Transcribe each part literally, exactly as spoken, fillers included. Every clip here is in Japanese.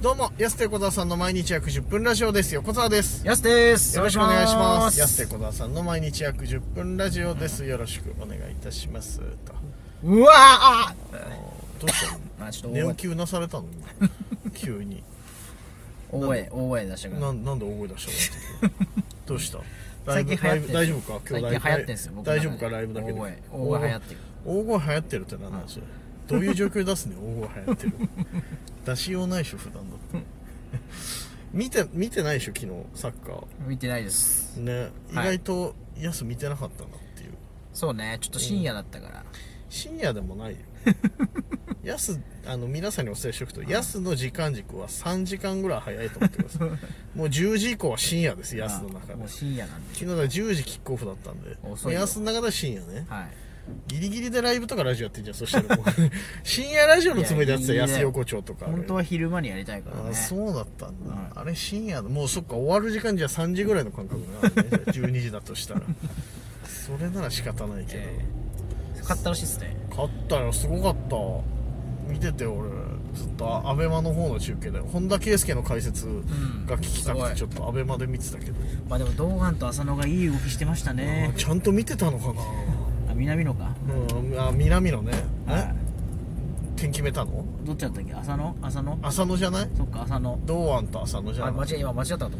どうも、安手小沢さんの毎日約じゅっぷんラジオです。横澤です。 安です。 よろしくお願いします。安手小沢さんの毎日約じゅっぷんラジオです。よろしくお願いいたしますと。 うわあどうしたの？ あちょっと寝起きうなされたの急に大声大声出したから。 ななんで大声出したのどうした？ 最近流行ってる。 大丈夫か？今日最近流行ってんですよ。 大丈夫か？ライブだけで大声大声流行ってる。 大声流行ってるって何なんですよ。どういう状況で出すね大声流行ってる出しようないでしょ普段だって見て見てないでしょ昨日サッカー見てないですね。意外とヤス見てなかったなっていう。 そうね、ちょっと深夜だったから、うん、 深夜でもないよヤスあの皆さんにお伝えしておくと、ヤスの時間軸はさんじかんぐらい早いと思ってくださいもうじゅうじ以降は深夜です。ヤスの中でもう深夜なんで、 昨日はじゅうじキックオフだったんで、ヤスの中では深夜ね。はい、ギリギリでライブとかラジオやってんじゃん。そしたらもう深夜ラジオのつもりでやってた。安横丁とか本当は昼間にやりたいからね。 あそうだったんだ、うん、あれ深夜もうそっか終わる時間じゃさんじぐらいの感覚だねじゅうにじだとしたらそれなら仕方ないけど、えー、勝ったらしいっすね。 勝ったよ。すごかった。見てて俺ずっとアベマの方の中継で本田圭佑の解説が聞きたくて、うん、ちょっとアベマで見てたけど、 まあでも堂安と浅野がいい動きしてましたね。 ちゃんと見てたのかな。 南野か、 うん、あ南野ね。え点決めたのどっちだったっけ？浅野浅野浅野じゃない？ そっか浅野。堂安と浅野じゃない？ あ間違え今間違ったと思った、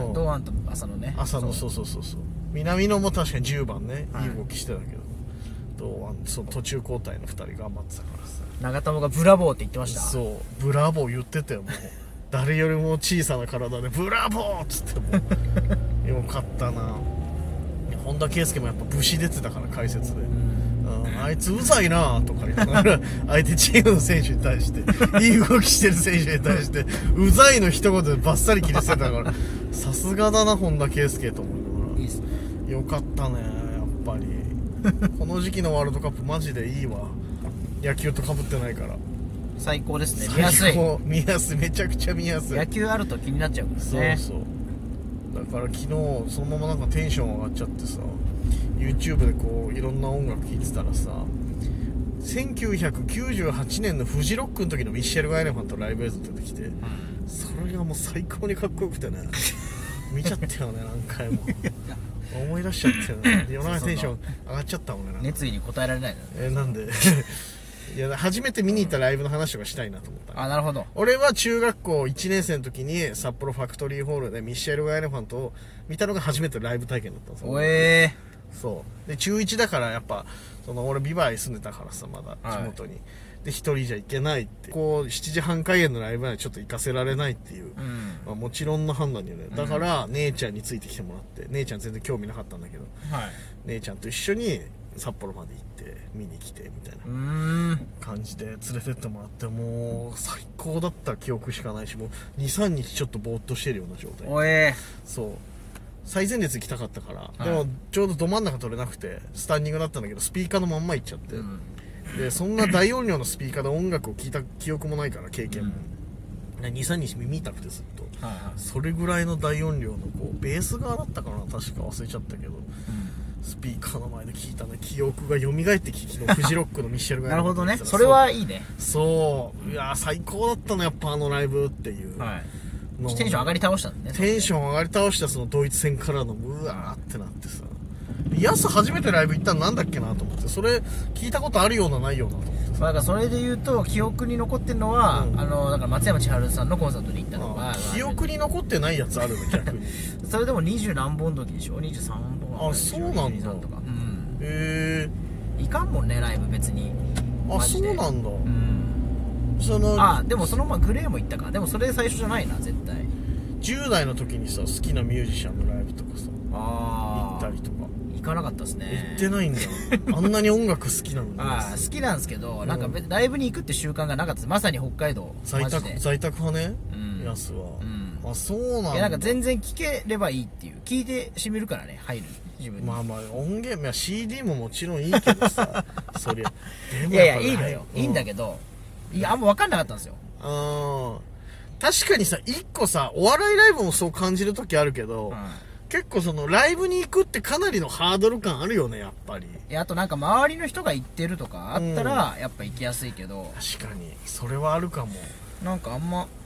うん、堂安と浅野ね。 浅野そうそうそうそう。南野も確かにじゅうばんね、はい、いい動きしてたけど、堂安その途中交代のふたり頑張ってたからさ。 長友がブラボーって言ってました。 そうブラボー言ってたよ。もう誰よりも小さな体でブラボーっつってもよかったな。本田圭佑もやっぱ武士出てたから解説で、うん、あいつうざいなとか言いながら相手チームの選手に対していい動きしてる選手に対してうざいの一言でバッサリ切り捨てたからさすがだな本田圭佑と思いながら。いいっすね。よかったねやっぱりこの時期のワールドカップマジでいいわ。野球と被ってないから最高ですね。見やすい見やすい。めちゃくちゃ見やすい。 野球あると気になっちゃうからね。 そうそうだから昨日そのままなんかテンション上がっちゃってさ YouTube でこういろんな音楽聴いてたらさせんきゅうひゃくきゅうじゅうはちねんのフジロックの時のミッシェル・ガイレファンとライブ映像出てきて、うん、それがもう最高にかっこよくてね見ちゃったよね何回も思い出しちゃってね夜中テンション上がっちゃったもんね。 熱意に応えられないのね。 えー、なんでいや初めて見に行ったライブの話とかしたいなと思った。 あ、なるほど。 俺は中学校いちねん生の時に札幌ファクトリーホールでミッシェル・ガイレファントを見たのが初めてライブ体験だったんですよ。 おえーそうで中いちだからやっぱその俺ビバイ住んでたからさまだ地元に、はい、で一人じゃ行けないってこうしちじはん開演のライブにはちょっと行かせられないっていう、うんまあ、もちろんの判断によね。だから、うん、姉ちゃんについてきてもらって姉ちゃん全然興味なかったんだけど、はい、姉ちゃんと一緒に札幌まで行って見に来てみたいな感じで連れてってもらって、もう最高だった記憶しかないし、もう にさんにちちょっとぼーっとしてるような状態。 おえそう最前列行きたかったから、はい、でもちょうどど真ん中取れなくてスタンディングだったんだけどスピーカーのまんま行っちゃって、うん、でそんな大音量のスピーカーで音楽を聴いた記憶もないから経験も、うん、にさんにち耳痛くてずっと、はいはい、それぐらいの大音量のこうベース側だったかな確か忘れちゃったけど、うんスピーカーの前で聞いたね記憶が蘇ってきて、昨日フジロックのミッシェルがなるほどね。それはいいね。 そういや最高だったのやっぱあのライブっていう、 はい、テンション上がり倒したんだね。 テンション上がり倒したそのドイツ戦からのうわーってなってさ、ヤス初めてライブ行ったのなんだっけなと思って、それ聞いたことあるようなないようなと思ってさ、 まあ、だからそれで言うと記憶に残ってるのは、うん、あのだから松山千春さんのコンサートに行ったのが記憶に残ってないやつあるの逆にそれでもにじゅう何本の時でしょ。にじゅうさんぼんあそうなんだ。へえいかんもんねライブ別に。 あそうなんだ。うんそのあでもそのままグレーも行ったか。でもそれ最初じゃないな絶対。 じゅう代の時にさ好きなミュージシャンのライブとかさあ行ったりとか。 行かなかったですね。 行ってないんだよあんなに音楽好きなのにあ好きなんですけど、うん、なんかライブに行くって習慣がなかったです。まさに北海道在宅在宅派ね、うん、ヤスは、うん、あそうなんだ。いやなんか全然聴ければいいっていう聞いてしみるからね入る自分に。 まあまあ音源、まあ、シーディー ももちろんいいけどさそりゃでもいやいやいいのよ、うん、いいんだけどいやあんま分かんなかったんですよ。 あ確かにさ一個さお笑いライブもそう感じる時あるけど、うん、結構そのライブに行くってかなりのハードル感あるよねやっぱり。 いやあとなんか周りの人が行ってるとかあったらやっぱ行きやすいけど、 うん、確かにそれはあるかも。 なんかあんま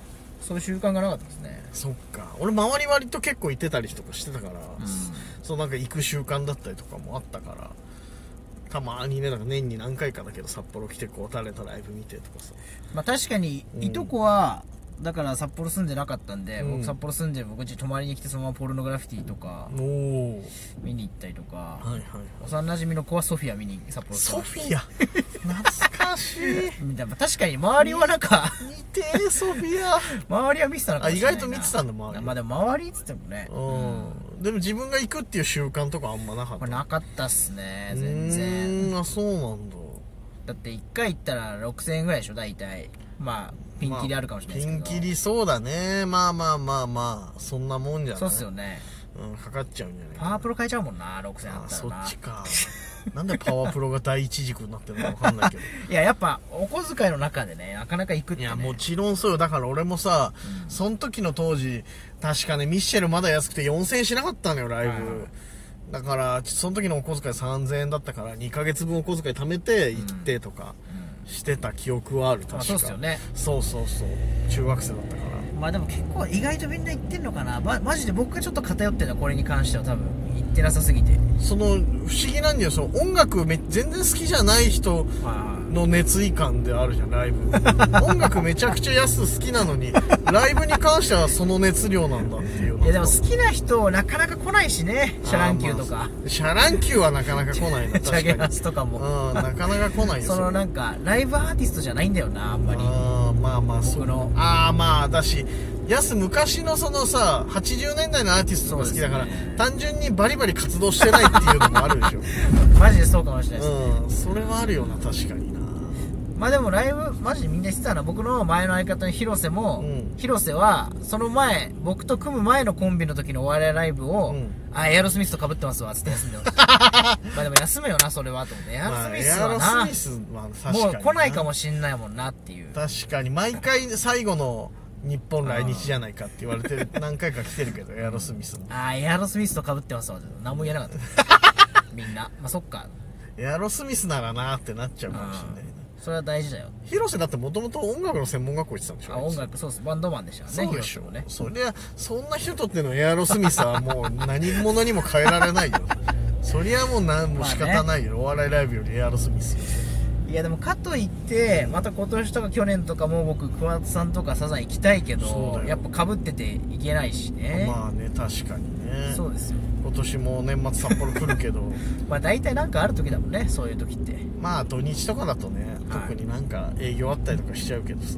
そういう習慣がなかったですね。 そっか。俺周り割と結構行ってたりとかしてたから、 うん、 そうなんか行く習慣だったりとかもあったから、たまにね、なんか年に何回かだけど札幌来てこう誰とライブ見てとかさ。 まあ確かにいとこは、うん、だから札幌住んでなかったんで、うん、僕札幌住んで僕家泊まりに来てそのままポルノグラフィティとか見に行ったりとか、はいはいはい、幼馴染の子はソフィア見に札幌ソフィア懐かしい確かに周りはなんか見てソフィア周りは見てたのかもしれないな。 あ、意外と見てたんだ周り。 まあでも周りっつってもね、 うん、でも自分が行くっていう習慣とかあんまなかった。 なかったっすね全然。 うん、あ、そうなんだ。 だっていっかい行ったらろくせんえんぐらいでしょ大体。まあピンキリあるかもしれないですけど、 まあ、ピンキリそうだね。まあまあまあまあそんなもんじゃない。 そうっすよね。 うん、かかっちゃうんじゃない。 パワープロ買えちゃうもんなろくせんえんあったらな。 あ、そっちかなんでパワープロが第一軸になってるのか分かんないけどいややっぱお小遣いの中でねなかなか行くってね。 いやもちろんそうよ。だから俺もさ、うん、その時の当時確かねミッシェルまだ安くてよんせんえんしなかったのよライブ、はい、だからその時のお小遣いさんぜんえんだったからにかげつぶんお小遣い貯めて行ってとかしてた記憶はある。確か、 まあ、そうっすよね。 そうそうそう中学生だったから。 まあでも結構意外とみんな行ってんのかな、ま、マジで僕がちょっと偏ってるのはこれに関しては多分行ってなさすぎて。 その不思議なんだよ。その音楽め全然好きじゃない人の熱意感であるじゃんライブ音楽めちゃくちゃ安好きなのにライブに関してはその熱量なんだっていうの。 いやでも好きな人なかなか来ないしね。シャランキューとか、まあ、シャランキューはなかなか来ないなチャゲナスとかも、 うん、なかなか来ないよそのなんかライブアーティストじゃないんだよなあんまり。 あまあまあ僕のああまあだしヤス昔のそのさはちじゅうねんだいのアーティストが好きだから、ね、単純にバリバリ活動してないっていうのもあるでしょマジでそうかもしれないですね。 うんそれはあるよな確かにな。 まあでもライブマジでみんなしてたな。僕の前の相方の広瀬も、うん、広瀬はその前僕と組む前のコンビの時のお笑いライブを、うん、あエアロスミスと被ってますわつって休んでましたまあでも休むよなそれはと思って。エアロスミスはな、まあ、エアロスミスは確かにもう来ないかもしんないもんなっていう。 確かに毎回最後の日本来日じゃないかって言われて何回か来てるけどエアロスミスもあエアロスミスと被ってますわ何も言えなかったみんな。まあそっかエアロスミスならなってなっちゃうかもしれないな。 それは大事だよ。 広瀬だってもともと音楽の専門学校行ってたんでしょ。 あ音楽そうですバンドマンでしたね。 そうでしょうね。そりゃそんな人にとってのエアロスミスはもう何者にも変えられないよそりゃもう何も仕方ないよ、まあね、お笑いライブよりエアロスミス。 いやでもかといってまた今年とか去年とかも僕桑田さんとかサザン行きたいけどやっぱ被ってていけないしね。 まあね確かにね。 そうですよ。 今年も年末札幌来るけどまあ大体なんかある時だもんねそういう時って。 まあ土日とかだとね、はい、特になんか営業あったりとかしちゃうけどさ、うん、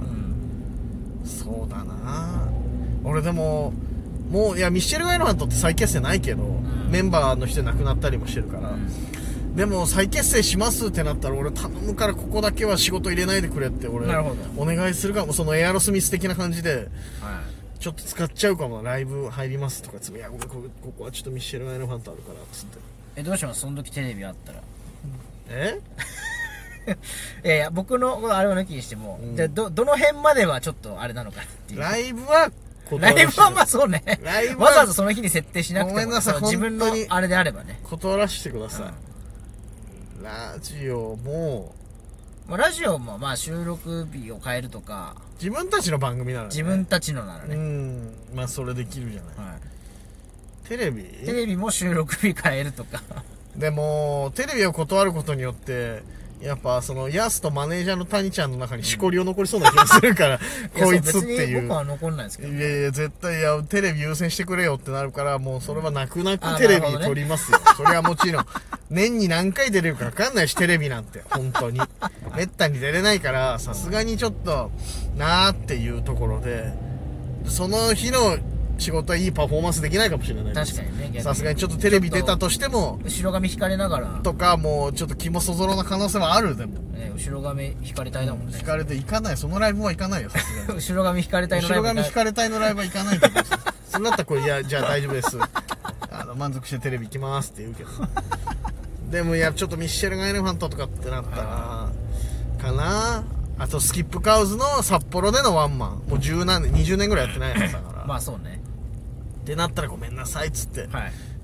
そうだな。俺でももういやミッシェル・ガイロハントって再結成ないけど、うん、メンバーの人亡くなったりもしてるから、うんでも再結成しますってなったら俺頼むからここだけは仕事入れないでくれって俺お願いするかも。そのエアロスミス的な感じでちょっと使っちゃうかも。ライブ入りますとかついやごめんここはちょっとミッシェル・ガイロハントあるからっつって。 えどうしますその時テレビあったらえいやいや僕のあれを抜きにしても、うん、で ど, どの辺まではちょっとあれなのかっていう。 ライブはライブはまあそうねライブわざわざその日に設定しなくても、ね、ごめんなさい自分のあれであればね断らせてください、うんラジオも、 まあ、ラジオもまあ収録日を変えるとか自分たちの番組ならね自分たちのならねうんまあそれできるじゃない、はい、テレビテレビも収録日変えるとかでもテレビを断ることによってやっぱそのヤスとマネージャーの谷ちゃんの中にしこりを残りそうな気がするから、うん、こいつっていう僕は残んないですけど、ね、 いやいや絶対いやテレビ優先してくれよってなるからもうそれは泣く泣くテレビ撮りますよ、ね、それはもちろん年に何回出れるか分かんないしテレビなんて本当にめったに出れないからさすがにちょっとなーっていうところでその日の仕事はいいパフォーマンスできないかもしれないです。 確かにね。 さすがにちょっとテレビ出たとしても後ろ髪引かれながらとかもうちょっと気もそぞろな可能性はある。でも、 ね、後ろ髪引かれたいだもんね。 引かれて行かない。そのライブは行かないよさすがに後ろ髪引かれたいのライブ後ろ髪引かれたいのライブは行かないけどそれだったらこれいやじゃあ大丈夫ですあの満足してテレビ行きますって言うけどでもいやちょっとミッシェル・ガイレファントとかってなったらかな。あとスキップカウズの札幌でのワンマンもう十何年にじゅうねんぐらいやってないやつだからまあそうねってなったらごめんなさいっつって、はい、ちょっと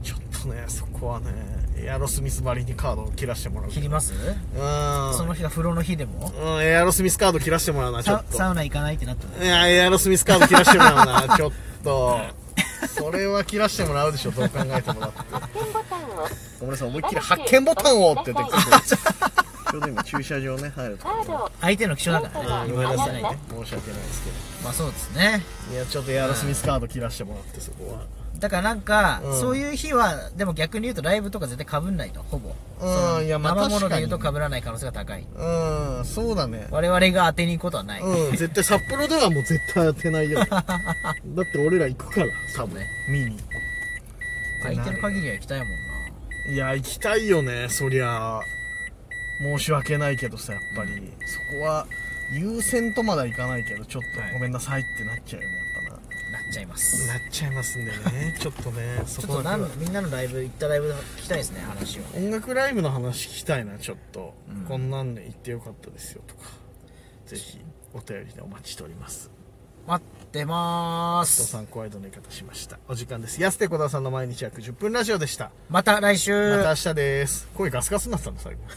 とねそこはねエアロスミスばりにカードを切らしてもらう。 切ります？ うんその日が風呂の日でも、 うん、エアロスミスカード切らしてもらうなちょっと。 サウナ行かないってなっても、 いやエアロスミスカード切らしてもらうなちょっとそれは切らしてもらうでしょどう考えてもらって。ごめんなさい思いっきり発見ボタンをって言ってちょうど今駐車場ね入るところ相手の気象だからね、 ごめんなさいね、 ね申し訳ないですけど。 まあそうですね。 いやちょっとエアロスミスカード切らしてもらってそこは。 だからなんか、 うん、 そういう日はでも逆に言うとライブとか絶対被んないとほぼ。 うんいやまあ生もので言うと被らない可能性が高い。 うんそうだね。 我々が当てに行くことはない。 うん絶対札幌ではもう絶対当てないよ、ね、だって俺ら行くから多分ね見に。 空いてる限りは行きたいもんな。 いや行きたいよねそりゃ。申し訳ないけどさやっぱり、うん、そこは優先とまだいかないけどちょっとごめんなさいってなっちゃうよねやっぱな。 なっちゃいますなっちゃいますんでねちょっとねそこだけはみんなのライブ行ったライブ聞きたいですね話を。 音楽ライブの話聞きたいなちょっと、うん、こんなんで行ってよかったですよとかぜひお便りでお待ちしております。 待ってまーす。 人さん声の言い方しました。お時間です。安手小田さんの毎日約じゅっぷんラジオでした。 また来週。 また明日です。声ガスガスになってたんだ最後